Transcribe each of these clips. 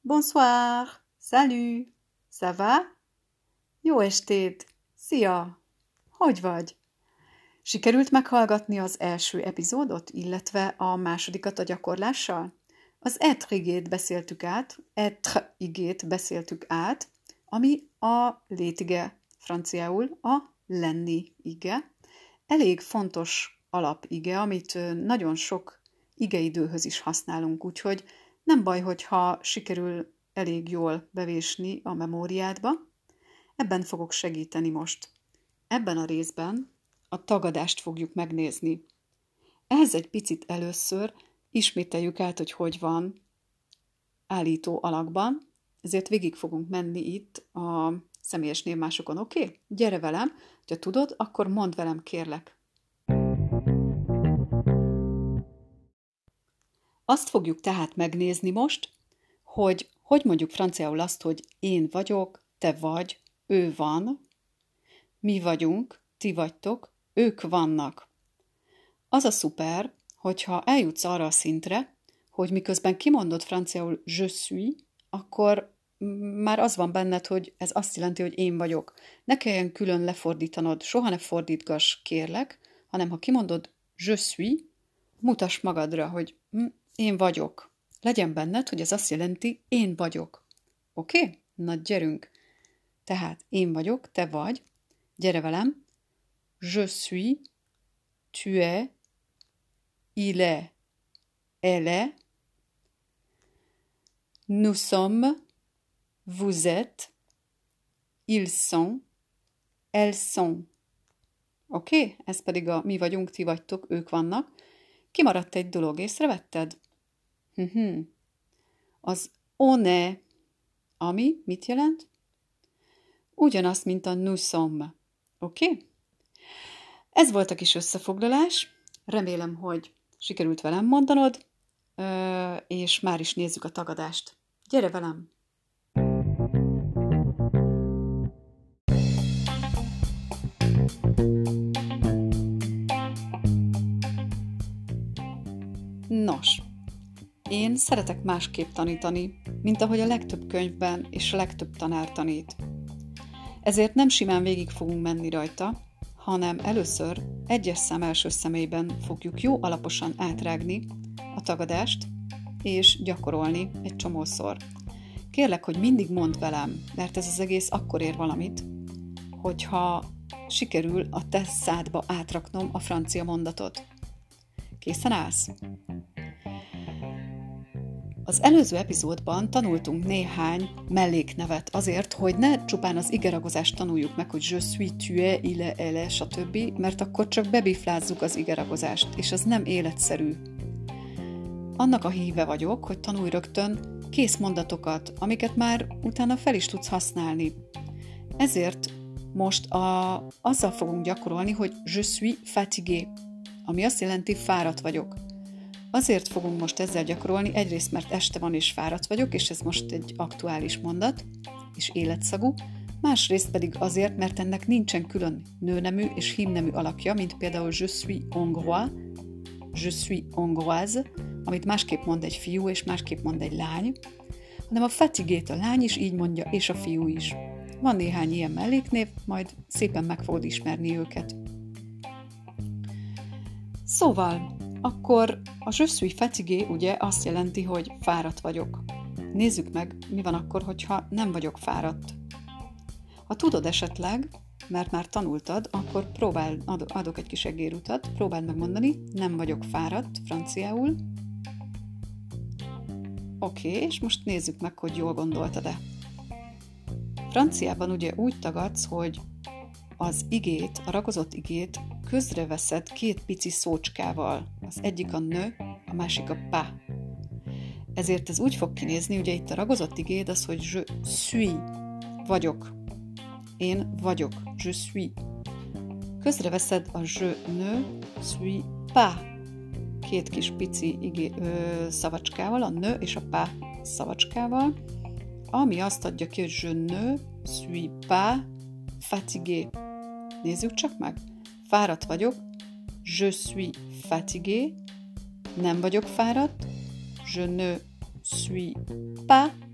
Bonsoir! Salut! Ça va? Jó estét! Szia! Hogy vagy? Sikerült meghallgatni az első epizódot, illetve a másodikat a gyakorlással? Az être igét beszéltük át, être igét beszéltük át, ami a létige, franciául a lenni ige. Elég fontos alapige, amit nagyon sok igeidőhöz is használunk, úgyhogy nem baj, hogyha sikerül elég jól bevésni a memóriádba. Ebben fogok segíteni most. Ebben a részben a tagadást fogjuk megnézni. Ehhez egy picit először ismételjük át, hogy van állító alakban, ezért végig fogunk menni itt a személyes névmásokon, oké? Gyere velem, ha tudod, akkor mondd velem, kérlek. Azt fogjuk tehát megnézni most, hogy mondjuk franciául azt, hogy én vagyok, te vagy, ő van, mi vagyunk, ti vagytok, ők vannak. Az a szuper, hogyha eljutsz arra a szintre, hogy miközben kimondod franciául je suis, akkor már az van benned, hogy ez azt jelenti, hogy én vagyok. Ne kelljen külön lefordítanod, soha ne fordítgass, kérlek, hanem ha kimondod je suis, mutass magadra, hogy én vagyok. Legyen benned, hogy ez azt jelenti, én vagyok. Oké? Na, gyerünk! Tehát én vagyok, te vagy. Gyere velem. Je suis, tu es, il est, elle est. Nous sommes, vous êtes, ils sont, elles sont. Oké? Ez pedig a mi vagyunk, ti vagytok, ők vannak. Kimaradt egy dolog, észrevetted? Az on est, ami mit jelent? Ugyanaz, mint a nous sommes. Oké? Ez volt a kis összefoglalás. Remélem, hogy sikerült velem mondanod, és már is nézzük a tagadást. Gyere velem! Nos, én szeretek másképp tanítani, mint ahogy a legtöbb könyvben és a legtöbb tanár tanít. Ezért nem simán végig fogunk menni rajta, hanem először egyes szám első személyben fogjuk jó alaposan átrágni a tagadást, és gyakorolni egy csomószor. Kérlek, hogy mindig mondd velem, mert ez az egész akkor ér valamit, hogyha sikerül a te szádba átraknom a francia mondatot. Készen állsz? Az előző epizódban tanultunk néhány melléknevet azért, hogy ne csupán az igeragozást tanuljuk meg, hogy je suis, tu es, il est, elle est, stb., mert akkor csak bebiflázzuk az igeragozást, és az nem életszerű. Annak a híve vagyok, hogy tanulj rögtön kész mondatokat, amiket már utána fel is tudsz használni. Ezért most azzal fogunk gyakorolni, hogy je suis fatigué, ami azt jelenti, fáradt vagyok. Azért fogunk most ezzel gyakorolni, egyrészt, mert este van és fáradt vagyok, és ez most egy aktuális mondat, és életszagú, másrészt pedig azért, mert ennek nincsen külön nőnemű és hímnemű alakja, mint például je suis hongrois, je suis hongroise, amit másképp mond egy fiú, és másképp mond egy lány, hanem a fatiguét a lány is így mondja, és a fiú is. Van néhány ilyen melléknév, majd szépen meg fogod ismerni őket. Szóval, akkor a je suis fatigué ugye azt jelenti, hogy fáradt vagyok. Nézzük meg, mi van akkor, hogyha nem vagyok fáradt. Ha tudod esetleg, mert már tanultad, akkor adok egy kis egérutat, próbáld megmondani, nem vagyok fáradt, franciául. Oké, és most nézzük meg, hogy jól gondoltad-e. Franciában ugye úgy tagadsz, hogy az igét, a ragozott igét közreveszed két pici szócskával. Az egyik a ne, a másik a pas. Ezért ez úgy fog kinézni, ugye itt a ragozott igéd az, hogy je suis, vagyok. Én vagyok, je suis. Közreveszed a je ne suis pas. Két kis pici szavacskával, a ne és a pas szavacskával, ami azt adja ki, hogy je ne suis pas fatigué. Nézzük csak meg. Fáradt vagyok, je suis fatigué, nem vagyok fáradt, je ne suis pas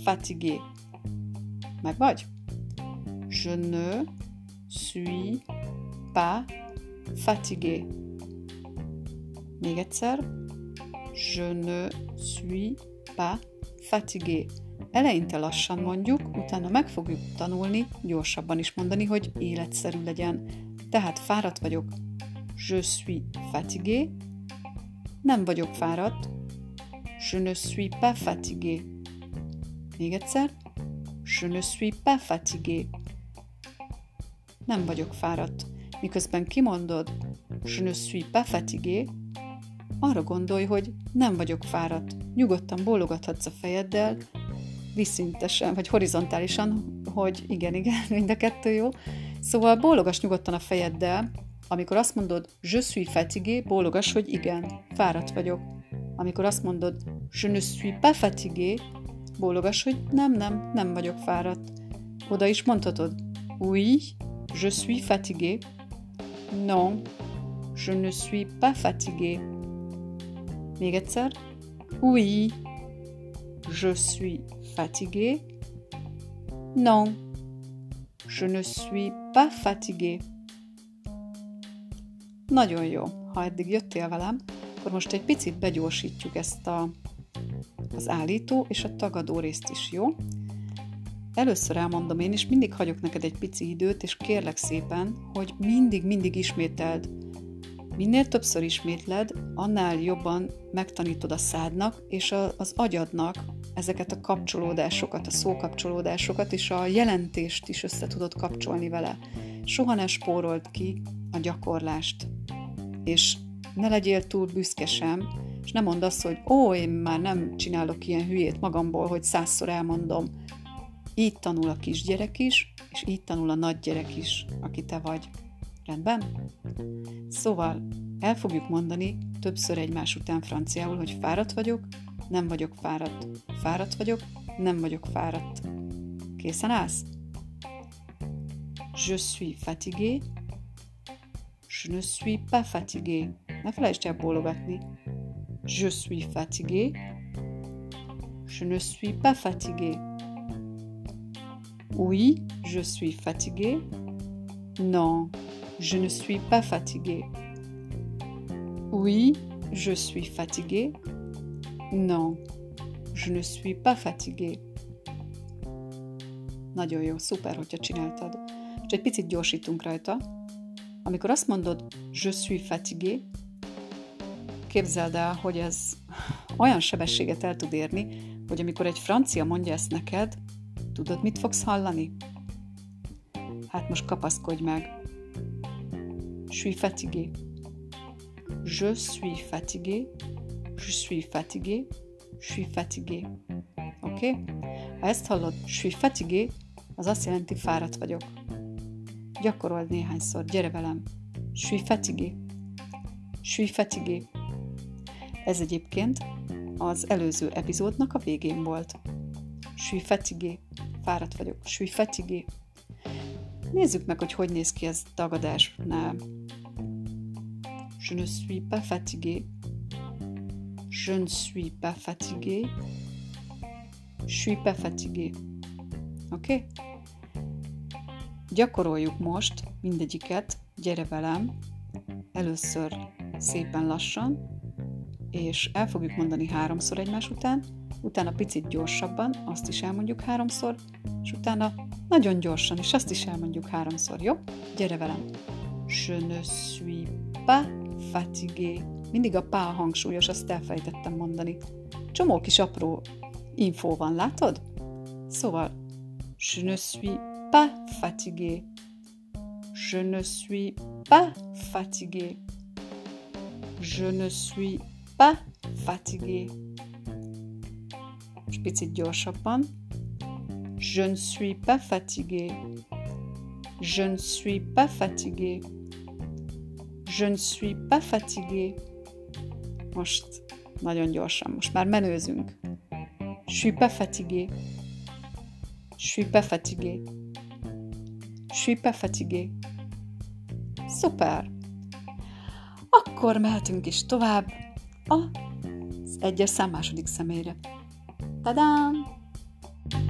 fatigué. Meg vagy? Je ne suis pas fatigué. Még egyszer. Je ne suis pas fatigué. Eleinte lassan mondjuk, utána meg fogjuk tanulni, gyorsabban is mondani, hogy életszerű legyen. Tehát fáradt vagyok. Je suis fatigué. Nem vagyok fáradt. Je ne suis pas fatigué. Még egyszer. Je ne suis pas fatigué. Nem vagyok fáradt. Miközben kimondod, je ne suis pas fatigué, arra gondolj, hogy nem vagyok fáradt. Nyugodtan bólogathatsz a fejeddel, vízszintesen, vagy horizontálisan, hogy igen, mind a kettő jó. Szóval bólogass nyugodtan a fejeddel, amikor azt mondod, je suis fatigué, bólogass, hogy igen, fáradt vagyok. Amikor azt mondod, je ne suis pas fatigué, bólogass, hogy nem vagyok fáradt. Oda is mondhatod, oui, je suis fatigué. Non, je ne suis pas fatigué. Még egyszer, oui, je suis fatigué. Non, je ne suis pas fatigué. Nagyon jó. Ha eddig jöttél velem, akkor most egy picit begyorsítjuk ezt az állító és a tagadó részt is, jó? Először elmondom én, és mindig hagyok neked egy pici időt, és kérlek szépen, hogy mindig ismételd. Minél többször ismétled, annál jobban megtanítod a szádnak és az agyadnak ezeket a kapcsolódásokat, a szókapcsolódásokat, és a jelentést is össze tudod kapcsolni vele. Soha ne spórold ki a gyakorlást. És ne legyél túl büszke sem, és ne mondd azt, hogy én már nem csinálok ilyen hülyét magamból, hogy 100-szor elmondom. Így tanul a kisgyerek is, és így tanul a nagygyerek is, aki te vagy. Rendben? Szóval el fogjuk mondani többször egymás után franciául, hogy fáradt vagyok, nem vagyok fáradt. Fáradt vagyok, nem vagyok fáradt. Készen állsz? Je suis fatigué. Je ne suis pas fatigué. Ne felejtsd el bólogatni. Je suis fatigué. Je ne suis pas fatigué. Oui, je suis fatigué. Non, je ne suis pas fatigué. Oui, je suis fatigué. Non, je ne suis pas fatigué. Nagyon jó, szuper, hogyha csináltad. És egy picit gyorsítunk rajta. Amikor azt mondod, je suis fatigué, képzeld el, hogy ez olyan sebességet el tud érni, hogy amikor egy francia mondja ezt neked, tudod, mit fogsz hallani? Hát most kapaszkodj meg. Je suis fatigué. Je suis fatigué. Je suis fatigué. Je suis fatigué. Oké? Okay? Ha ezt hallod, je suis fatigué, az azt jelenti, fáradt vagyok. Gyakorold néhányszor, gyere velem. Je suis fatigué. Je suis fatigué. Ez egyébként az előző epizódnak a végén volt. Je suis fatigué. Fáradt vagyok. Je suis fatigué. Nézzük meg, hogy néz ki ez tagadásnál. Je ne suis pas fatigué. Je ne suis pas fatigué. Je suis pas fatigué. Oké? Okay? Gyakoroljuk most mindegyiket, gyere velem, először szépen lassan, és el fogjuk mondani 3-szor egymás után, utána picit gyorsabban, azt is elmondjuk 3-szor, és utána nagyon gyorsan, és azt is elmondjuk 3-szor, jó? Gyere velem! Je ne suis pas fatigué. Mindig a pá hangsúlyos, azt elfelejtettem mondani. Csomó kis apró infó van, látod? Szóval, je ne suis pas fatigué. Je ne suis pas fatigué. Je ne suis pas fatigué. És picit gyorsabban. Je ne suis pas fatigué. Je ne suis pas fatigué. Je ne suis pas fatigué. Most nagyon gyorsan, most már menőzünk. Je suis pas fatigué. Je suis pas fatigué. Je suis pas fatigué. Szuper! Akkor mehetünk is tovább az egyes szám második személyre. Tadám!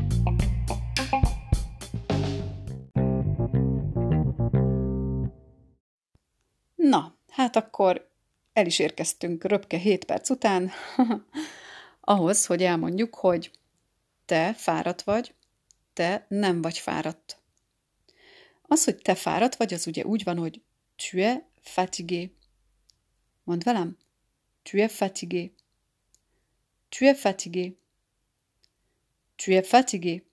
Hát akkor el is érkeztünk röpke 7 perc után, ahhoz, hogy elmondjuk, hogy te fáradt vagy, te nem vagy fáradt. Az, hogy te fáradt vagy, az ugye úgy van, hogy tu es fatigué. Mondd velem. Tu es fatigué. Tu es fatigué. Tu es fatigué.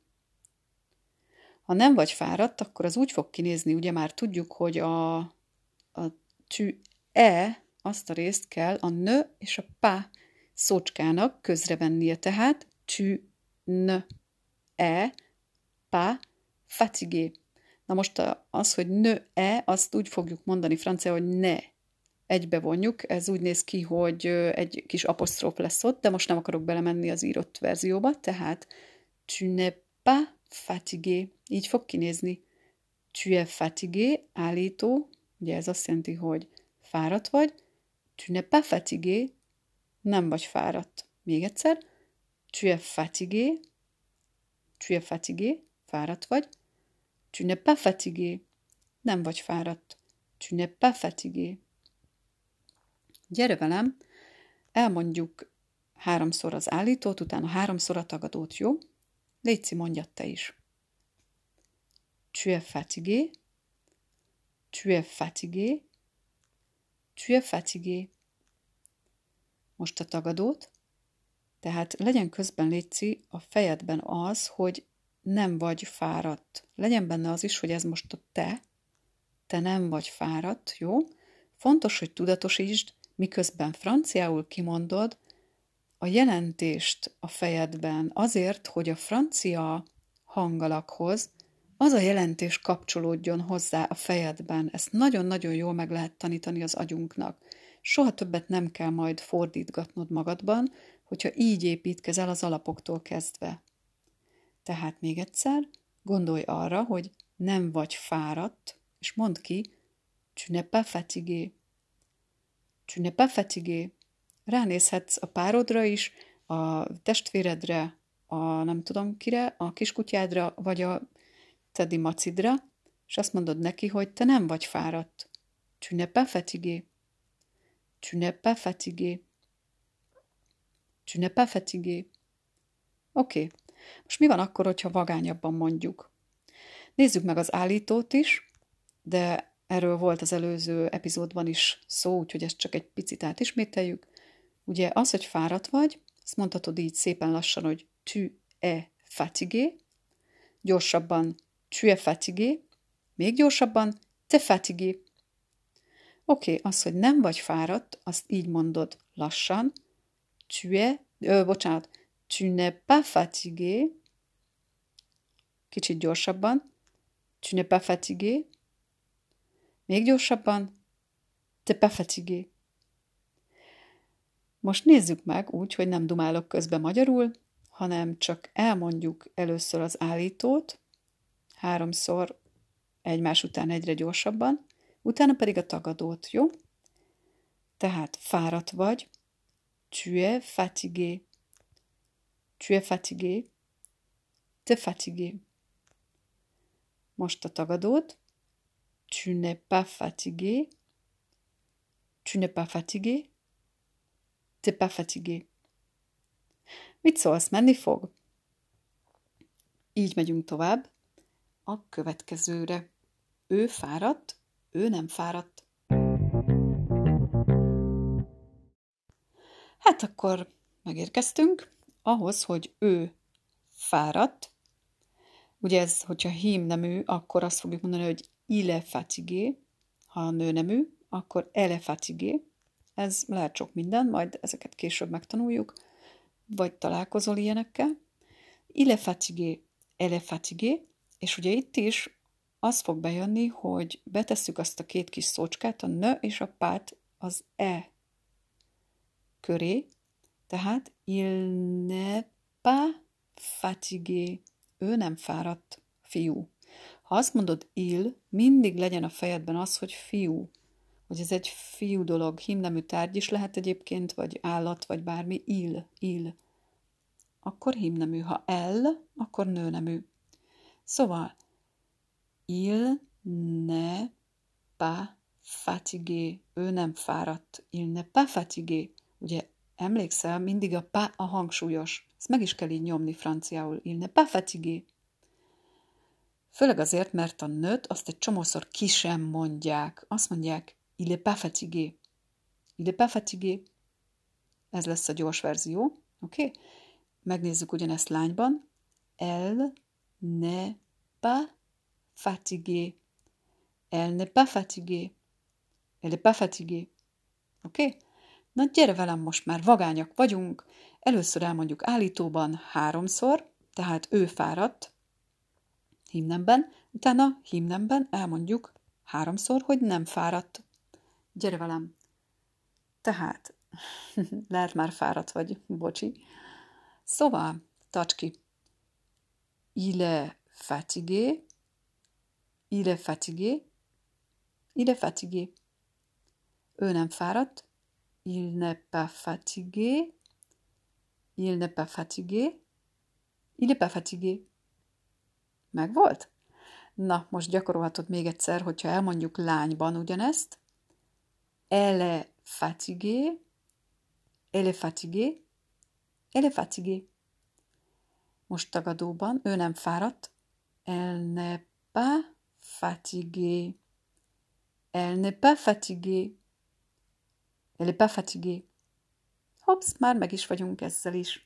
Ha nem vagy fáradt, akkor az úgy fog kinézni, ugye már tudjuk, hogy a tu es, azt a részt kell a ne és a pas szócskának közrevennie, tehát tu ne es pas fatigué. Na most az, hogy ne es, azt úgy fogjuk mondani francia, hogy ne. Egybe vonjuk, ez úgy néz ki, hogy egy kis apostróf lesz ott, de most nem akarok belemenni az írott verzióba, tehát tu n'es pas fatigué. Így fog kinézni. Tu es fatigué, állító, ugye ez azt jelenti, hogy fáradt vagy. Tu n'es pas fatigué, nem vagy fáradt. Még egyszer. Tu es fatigué, tu es fatigué, fáradt vagy. Tu n'es pas fatigué, nem vagy fáradt. Tu n'es pas fatigué. Gyere velem, elmondjuk 3-szor az állítót, utána 3-szor a tagadót, jó? Léci, mondjad te is. Tu es fatigué, tu es fatigué, tu es fatigué. Most a tagadót, tehát legyen közben, Léci, a fejedben az, hogy nem vagy fáradt. Legyen benne az is, hogy ez most a te nem vagy fáradt, jó? Fontos, hogy tudatosítsd, miközben franciául kimondod a jelentést a fejedben, azért, hogy a francia hangalakhoz az a jelentés kapcsolódjon hozzá a fejedben. Ezt nagyon-nagyon jól meg lehet tanítani az agyunknak. Soha többet nem kell majd fordítgatnod magadban, hogyha így építkezel az alapoktól kezdve. Tehát még egyszer, gondolj arra, hogy nem vagy fáradt, és mondd ki, tu n'es pas fatigué. Tu n'es pas fatigué. Ránézhetsz a párodra is, a testvéredre, a nem tudom kire, a kiskutyádra, vagy a Teddy macidra, és azt mondod neki, hogy te nem vagy fáradt. Tu n'es pas fatigué. Tu n'es pas fatigué. Tu n'es pas fatigué. Oké. Most mi van akkor, hogyha vagányabban mondjuk? Nézzük meg az állítót is, de erről volt az előző epizódban is szó, úgyhogy ezt csak egy picit átismételjük. Ugye az, hogy fáradt vagy, azt mondhatod így szépen lassan, hogy tu es fatigué, gyorsabban tu es fatigué, még gyorsabban te fatigué. Oké, az, hogy nem vagy fáradt, azt így mondod lassan, tu n'es pas fatigué, kicsit gyorsabban, tu n'es pas fatigué, még gyorsabban, t'es pas fatigué. Most nézzük meg úgy, hogy nem dumálok közben magyarul, hanem csak elmondjuk először az állítót, 3-szor egymás után egyre gyorsabban, utána pedig a tagadót, jó? Tehát fáradt vagy, tu es fatigué, tu es fatigué, t'es fatigué. Most a tagadót, tu n'es pas fatigué, tu n'es pas fatigué, t'es pas fatigué. Mit szólsz, menni fog? Így megyünk tovább a következőre. Ő fáradt, ő nem fáradt. Hát akkor megérkeztünk ahhoz, hogy ő fáradt. Ugye ez, hogyha hímnemű, akkor azt fogjuk mondani, hogy il est fatigué. Ha nőnemű, akkor elle est fatigué. Ez lehet sok minden, majd ezeket később megtanuljuk, vagy találkozol ilyenekkel. Il est fatigué, elle est fatigué, és ugye itt is az fog bejönni, hogy betesszük azt a 2 kis szócskát, a ne és a pát az e köré, tehát il n'est pas fatigué, ő nem fáradt, fiú. Ha azt mondod il, mindig legyen a fejedben az, hogy fiú, hogy ez egy fiú dolog, hímnemű tárgy is lehet egyébként, vagy állat, vagy bármi, il. Akkor hímnemű, ha el, akkor nőnemű. Szóval, il n'est pas fatigué, ő nem fáradt. Il n'est pas fatigué. Ugye emlékszel, mindig a pa a hangsúlyos. Ezt meg is kell így nyomni franciául. Il n'est pas fatigué. Főleg azért, mert a nőt azt egy csomószor ki sem mondják. Azt mondják, il est pas fatigué. Il est pas fatigué. Ez lesz a gyors verzió. Oké? Okay? Megnézzük ugyanezt lányban. Elle n'est pas fatiguée. Elle n'est pas fatiguée. Elle est pas fatiguée. Oké? Okay? Na gyere velem, most már vagányak vagyunk. Először elmondjuk állítóban 3-szor, tehát ő fáradt hímnemben, utána hímnemben elmondjuk 3-szor, hogy nem fáradt. Gyere velem. Tehát, lehet már fáradt vagy, bocsi. Szóval, tarts ki. Il est fatigué. Il est fatigué. Il est fatigué. Ő nem fáradt. Il n'est pas fatigué. Il n'est pas fatigué. Il n'est pas fatigué. Megvolt? Na, most gyakorolhatod még egyszer, hogyha elmondjuk lányban ugyanezt. Elle est fatiguée. Elle est fatiguée. Elle est fatiguée. Most tagadóban, ő nem fáradt. Elle n'est pas fatiguée. Elle n'est pas fatiguée. Elle n'est pas fatiguée. Hopsz, már meg is vagyunk ezzel is.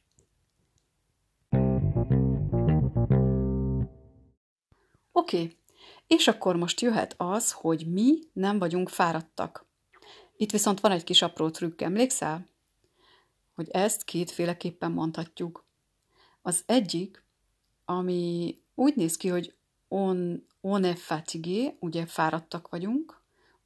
Oké, és akkor most jöhet az, hogy mi nem vagyunk fáradtak. Itt viszont van egy kis apró trükk, emlékszel? Hogy ezt kétféleképpen mondhatjuk. Az egyik, ami úgy néz ki, hogy on est fatigué, ugye fáradtak vagyunk,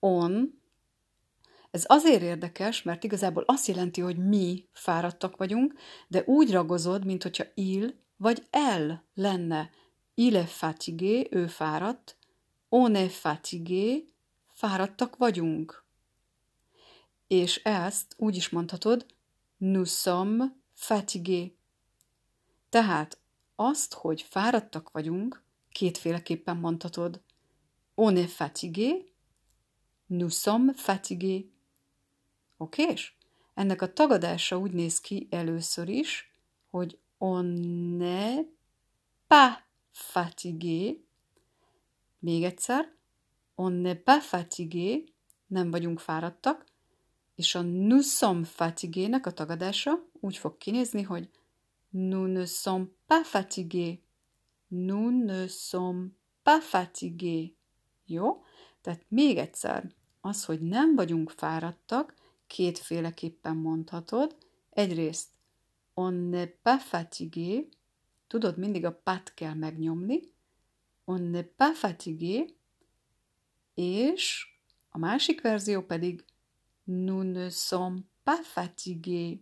ez azért érdekes, mert igazából azt jelenti, hogy mi fáradtak vagyunk, de úgy ragozod, mint hogyha il vagy el lenne. Il est fatigué, ő fáradt, on est fatigué, fáradtak vagyunk. És ezt úgy is mondhatod, nous sommes fatigués. Tehát azt, hogy fáradtak vagyunk, kétféleképpen mondhatod. On est fatigué, nous sommes fatigués. Okés? Ennek a tagadása úgy néz ki először is, hogy on n'est pas fatigué. Még egyszer, on n'est pas fatigué, nem vagyunk fáradtak, és a nous sommes fatigués-nek a tagadása úgy fog kinézni, hogy nous ne sommes pas fatigués. Nous ne sommes pas fatigués. Jó? Tehát még egyszer, az, hogy nem vagyunk fáradtak, kétféleképpen mondhatod. Egyrészt, on n'est pas fatigué, tudod, mindig a pat kell megnyomni, on n'est pas fatigué, és a másik verzió pedig, nous ne sommes pas fatigués.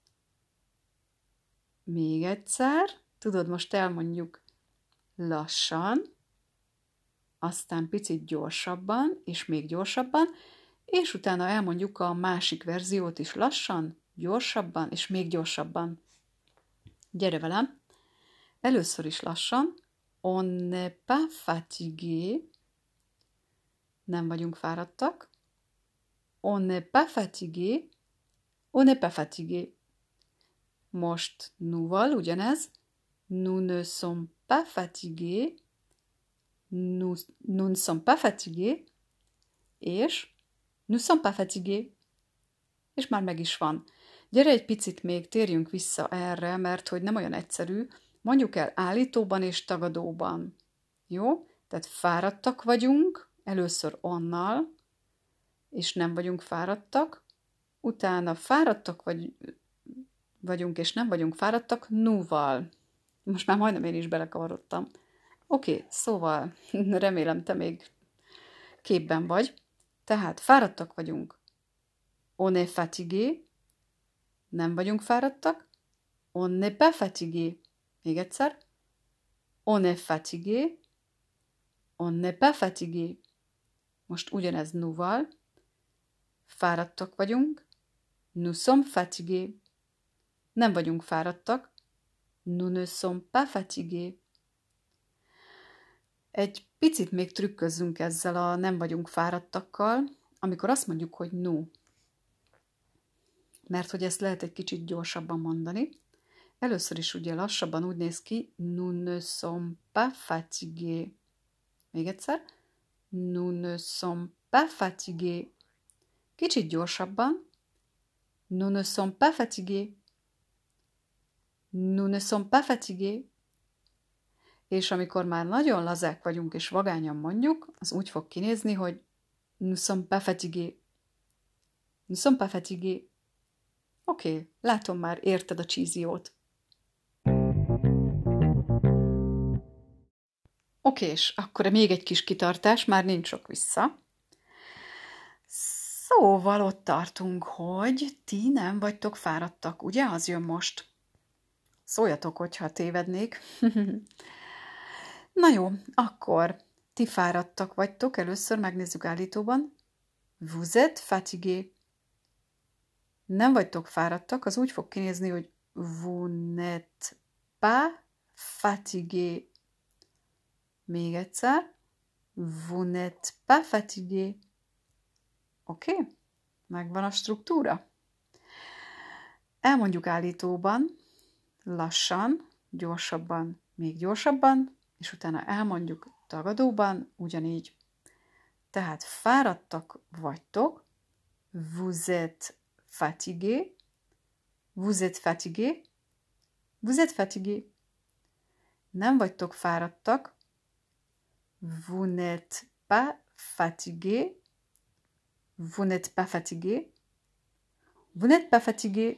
Még egyszer, tudod, most elmondjuk lassan, aztán picit gyorsabban, és még gyorsabban, és utána elmondjuk a másik verziót is lassan, gyorsabban, és még gyorsabban. Gyere velem! Először is lassan. On n'est pas fatigué. Nem vagyunk fáradtak. On n'est pas fatigué. On n'est pas fatigué. Most nous-val ugyanez. Nous ne sommes pas fatigués. Nous ne sommes pas fatigués. És nous sommes pas fatigués. És már meg is van. Gyere egy picit még térjünk vissza erre, mert hogy nem olyan egyszerű. Mondjuk el állítóban és tagadóban. Jó? Tehát fáradtak vagyunk, először onnal, és nem vagyunk fáradtak. Utána fáradtak vagyunk, és nem vagyunk fáradtak, nuval. Most már majdnem én is belekavarodtam. Oké, szóval remélem te még képben vagy. Tehát fáradtak vagyunk. On est fatigué. Nem vagyunk fáradtak. On n'est pas fatigué. Még egyszer. On est fatigué. On n'est pas fatigué. Most ugyanez nuval. Fáradtak vagyunk. Nous sommes fatigués. Nem vagyunk fáradtak. Nous ne sommes pas fatigués. Egy picit még trükközzünk ezzel a nem vagyunk fáradtakkal. amikor azt mondjuk, hogy no, mert hogy ezt lehet egy kicsit gyorsabban mondani, először is ugye lassabban úgy néz ki, nous ne sommes pas fatigués. Még egyszer, nous ne sommes pas fatigués. Kicsit gyorsabban, nous ne sommes pas fatigués. Nous ne sommes pas fatigués. És amikor már nagyon lazák vagyunk és vagányan mondjuk, az úgy fog kinézni, hogy nous sommes pas fatigués. Nous sommes pas fatigués. Oké, látom már, érted a csíziót. Oké, és akkor még egy kis kitartás, már nincs sok vissza. Szóval ott tartunk, hogy ti nem vagytok fáradtak, ugye? Az jön most. Szóljatok, hogyha tévednék. Na jó, akkor ti fáradtak vagytok, először megnézzük állítóban. Vous êtes fatigué. Nem vagytok fáradtak, az úgy fog kinézni, hogy vous n'êtes pas fatigué. Még egyszer. Vous n'êtes pas fatigué. Oké? Megvan a struktúra. Elmondjuk állítóban, lassan, gyorsabban, még gyorsabban, és utána elmondjuk tagadóban, ugyanígy. Tehát fáradtak vagytok, vous êtes fatigué, vous êtes fatigué, vous êtes fatigué. Nem vagytok fáradtak, vous n'êtes pas fatigué, vous n'êtes pas fatigué, vous n'êtes pas fatigué.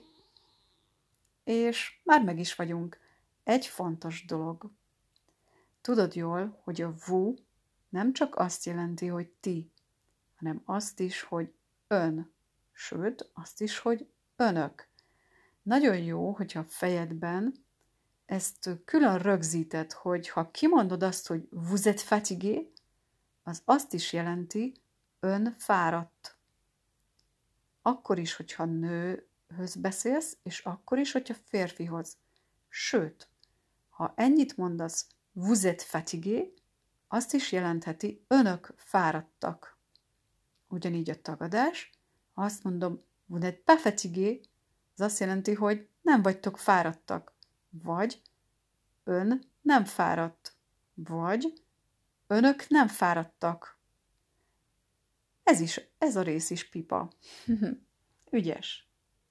És már meg is vagyunk. Egy fontos dolog. Tudod jól, hogy a vous nem csak azt jelenti, hogy ti, hanem azt is, hogy ön. Sőt, azt is, hogy önök. Nagyon jó, hogyha fejedben ezt külön rögzíted, hogy ha kimondod azt, hogy vous êtes fatigué, az azt is jelenti, ön fáradt. Akkor is, hogyha nőhöz beszélsz, és akkor is, hogyha férfihoz. Sőt, ha ennyit mondasz, vous êtes fatigué, azt is jelentheti, önök fáradtak. Ugyanígy a tagadás, ha azt mondom, vous n'êtes pas fatigué, az azt jelenti, hogy nem vagytok fáradtak, vagy ön nem fáradt, vagy önök nem fáradtak. Ez a rész is pipa. Ügyes.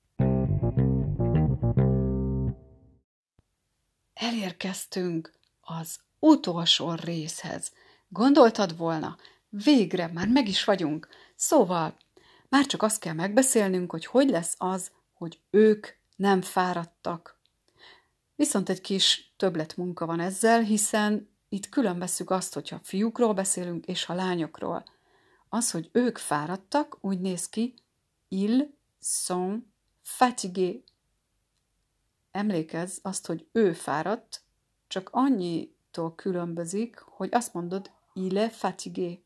Elérkeztünk az utolsó részhez. Gondoltad volna? Végre, már meg is vagyunk. Szóval, már csak azt kell megbeszélnünk, hogy lesz az, hogy ők nem fáradtak. Viszont egy kis többletmunka van ezzel, hiszen itt külön vesszük azt, hogyha fiúkról beszélünk, és ha lányokról. Az, hogy ők fáradtak, úgy néz ki, ils sont fatigués. Emlékezz azt, hogy ő fáradt, csak annyitól különbözik, hogy azt mondod, il est fatigué.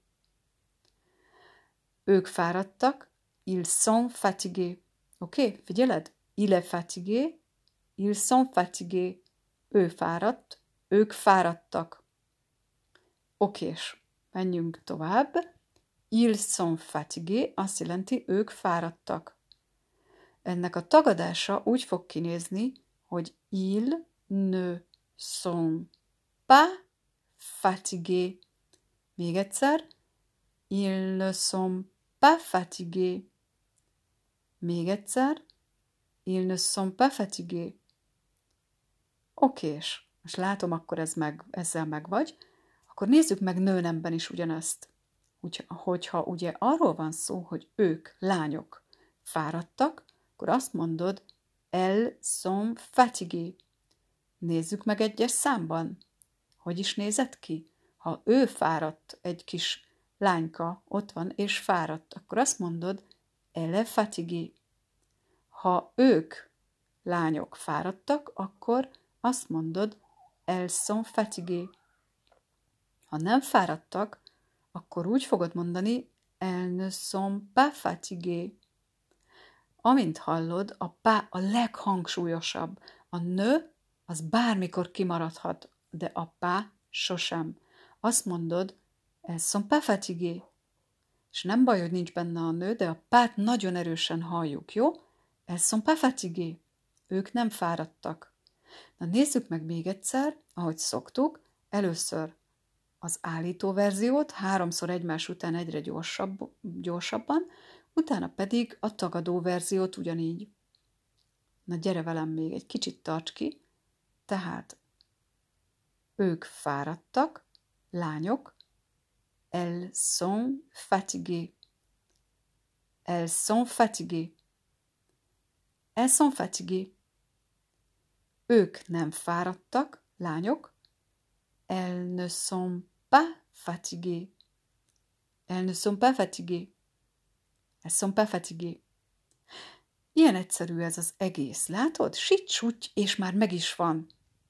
Ők fáradtak, ils sont fatigués. Oké? Figyeled? Il est fatigué, ils sont fatigués. Ő fáradt, ők fáradtak. Okés, menjünk tovább. Ils sont fatigués azt jelenti, ők fáradtak. Ennek a tagadása úgy fog kinézni, hogy ils ne sont pas fatigués. Még egyszer. Ils ne sont pas fatigués. Még egyszer. Ils ne sont pas fatigués. Okés. Most látom, akkor ezzel meg vagy. Akkor nézzük meg nőnemben is ugyanezt. Hogyha ugye arról van szó, hogy ők, lányok, fáradtak, akkor azt mondod, elles sont fatiguées. Nézzük meg egyes számban. Hogy is nézett ki? Ha ő fáradt, egy kis lányka ott van és fáradt, akkor azt mondod, elle est fatiguée. Ha ők, lányok fáradtak, akkor azt mondod, elles sont fatiguées. Ha nem fáradtak, akkor úgy fogod mondani, elles ne sont pas fatiguées. Amint hallod, a pá a leghangsúlyosabb. A nő az bármikor kimaradhat, de a pá sosem. Azt mondod, elles sont pas fatiguées. És nem baj, hogy nincs benne a nő, de a pát nagyon erősen halljuk, jó? Elles sont pas fatiguées. Ők nem fáradtak. Na nézzük meg még egyszer, ahogy szoktuk. Először az állító verziót, 3-szor egymás után egyre gyorsabban, utána pedig a tagadó verziót ugyanígy. Na gyere velem még egy kicsit tarts ki. Tehát ők fáradtak, lányok, elles sont fatiguées. Elles sont fatiguées. Elles sont fatiguées. Ők nem fáradtak, lányok, elles ne sont pas fatiguées. Elles ne sont pas fatiguées. Elles sont pas fatiguées. Ilyen egyszerű ez az egész, látod? Sics-suty, és már meg is van.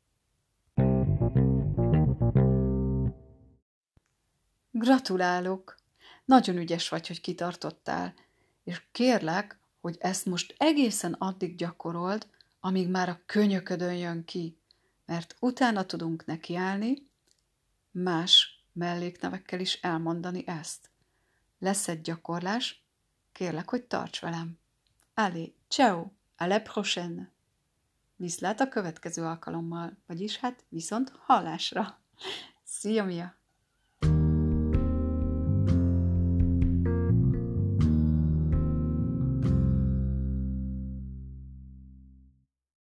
Gratulálok! Nagyon ügyes vagy, hogy kitartottál, és kérlek, hogy ezt most egészen addig gyakorold, amíg már a könyöködön jön ki, mert utána tudunk nekiállni, más melléknevekkel is elmondani ezt. Lesz egy gyakorlás, kérlek, hogy tarts velem. Allez, ciao, à la prochaine! Viszlát a következő alkalommal, vagyis hát viszont hallásra! Szia, Mia!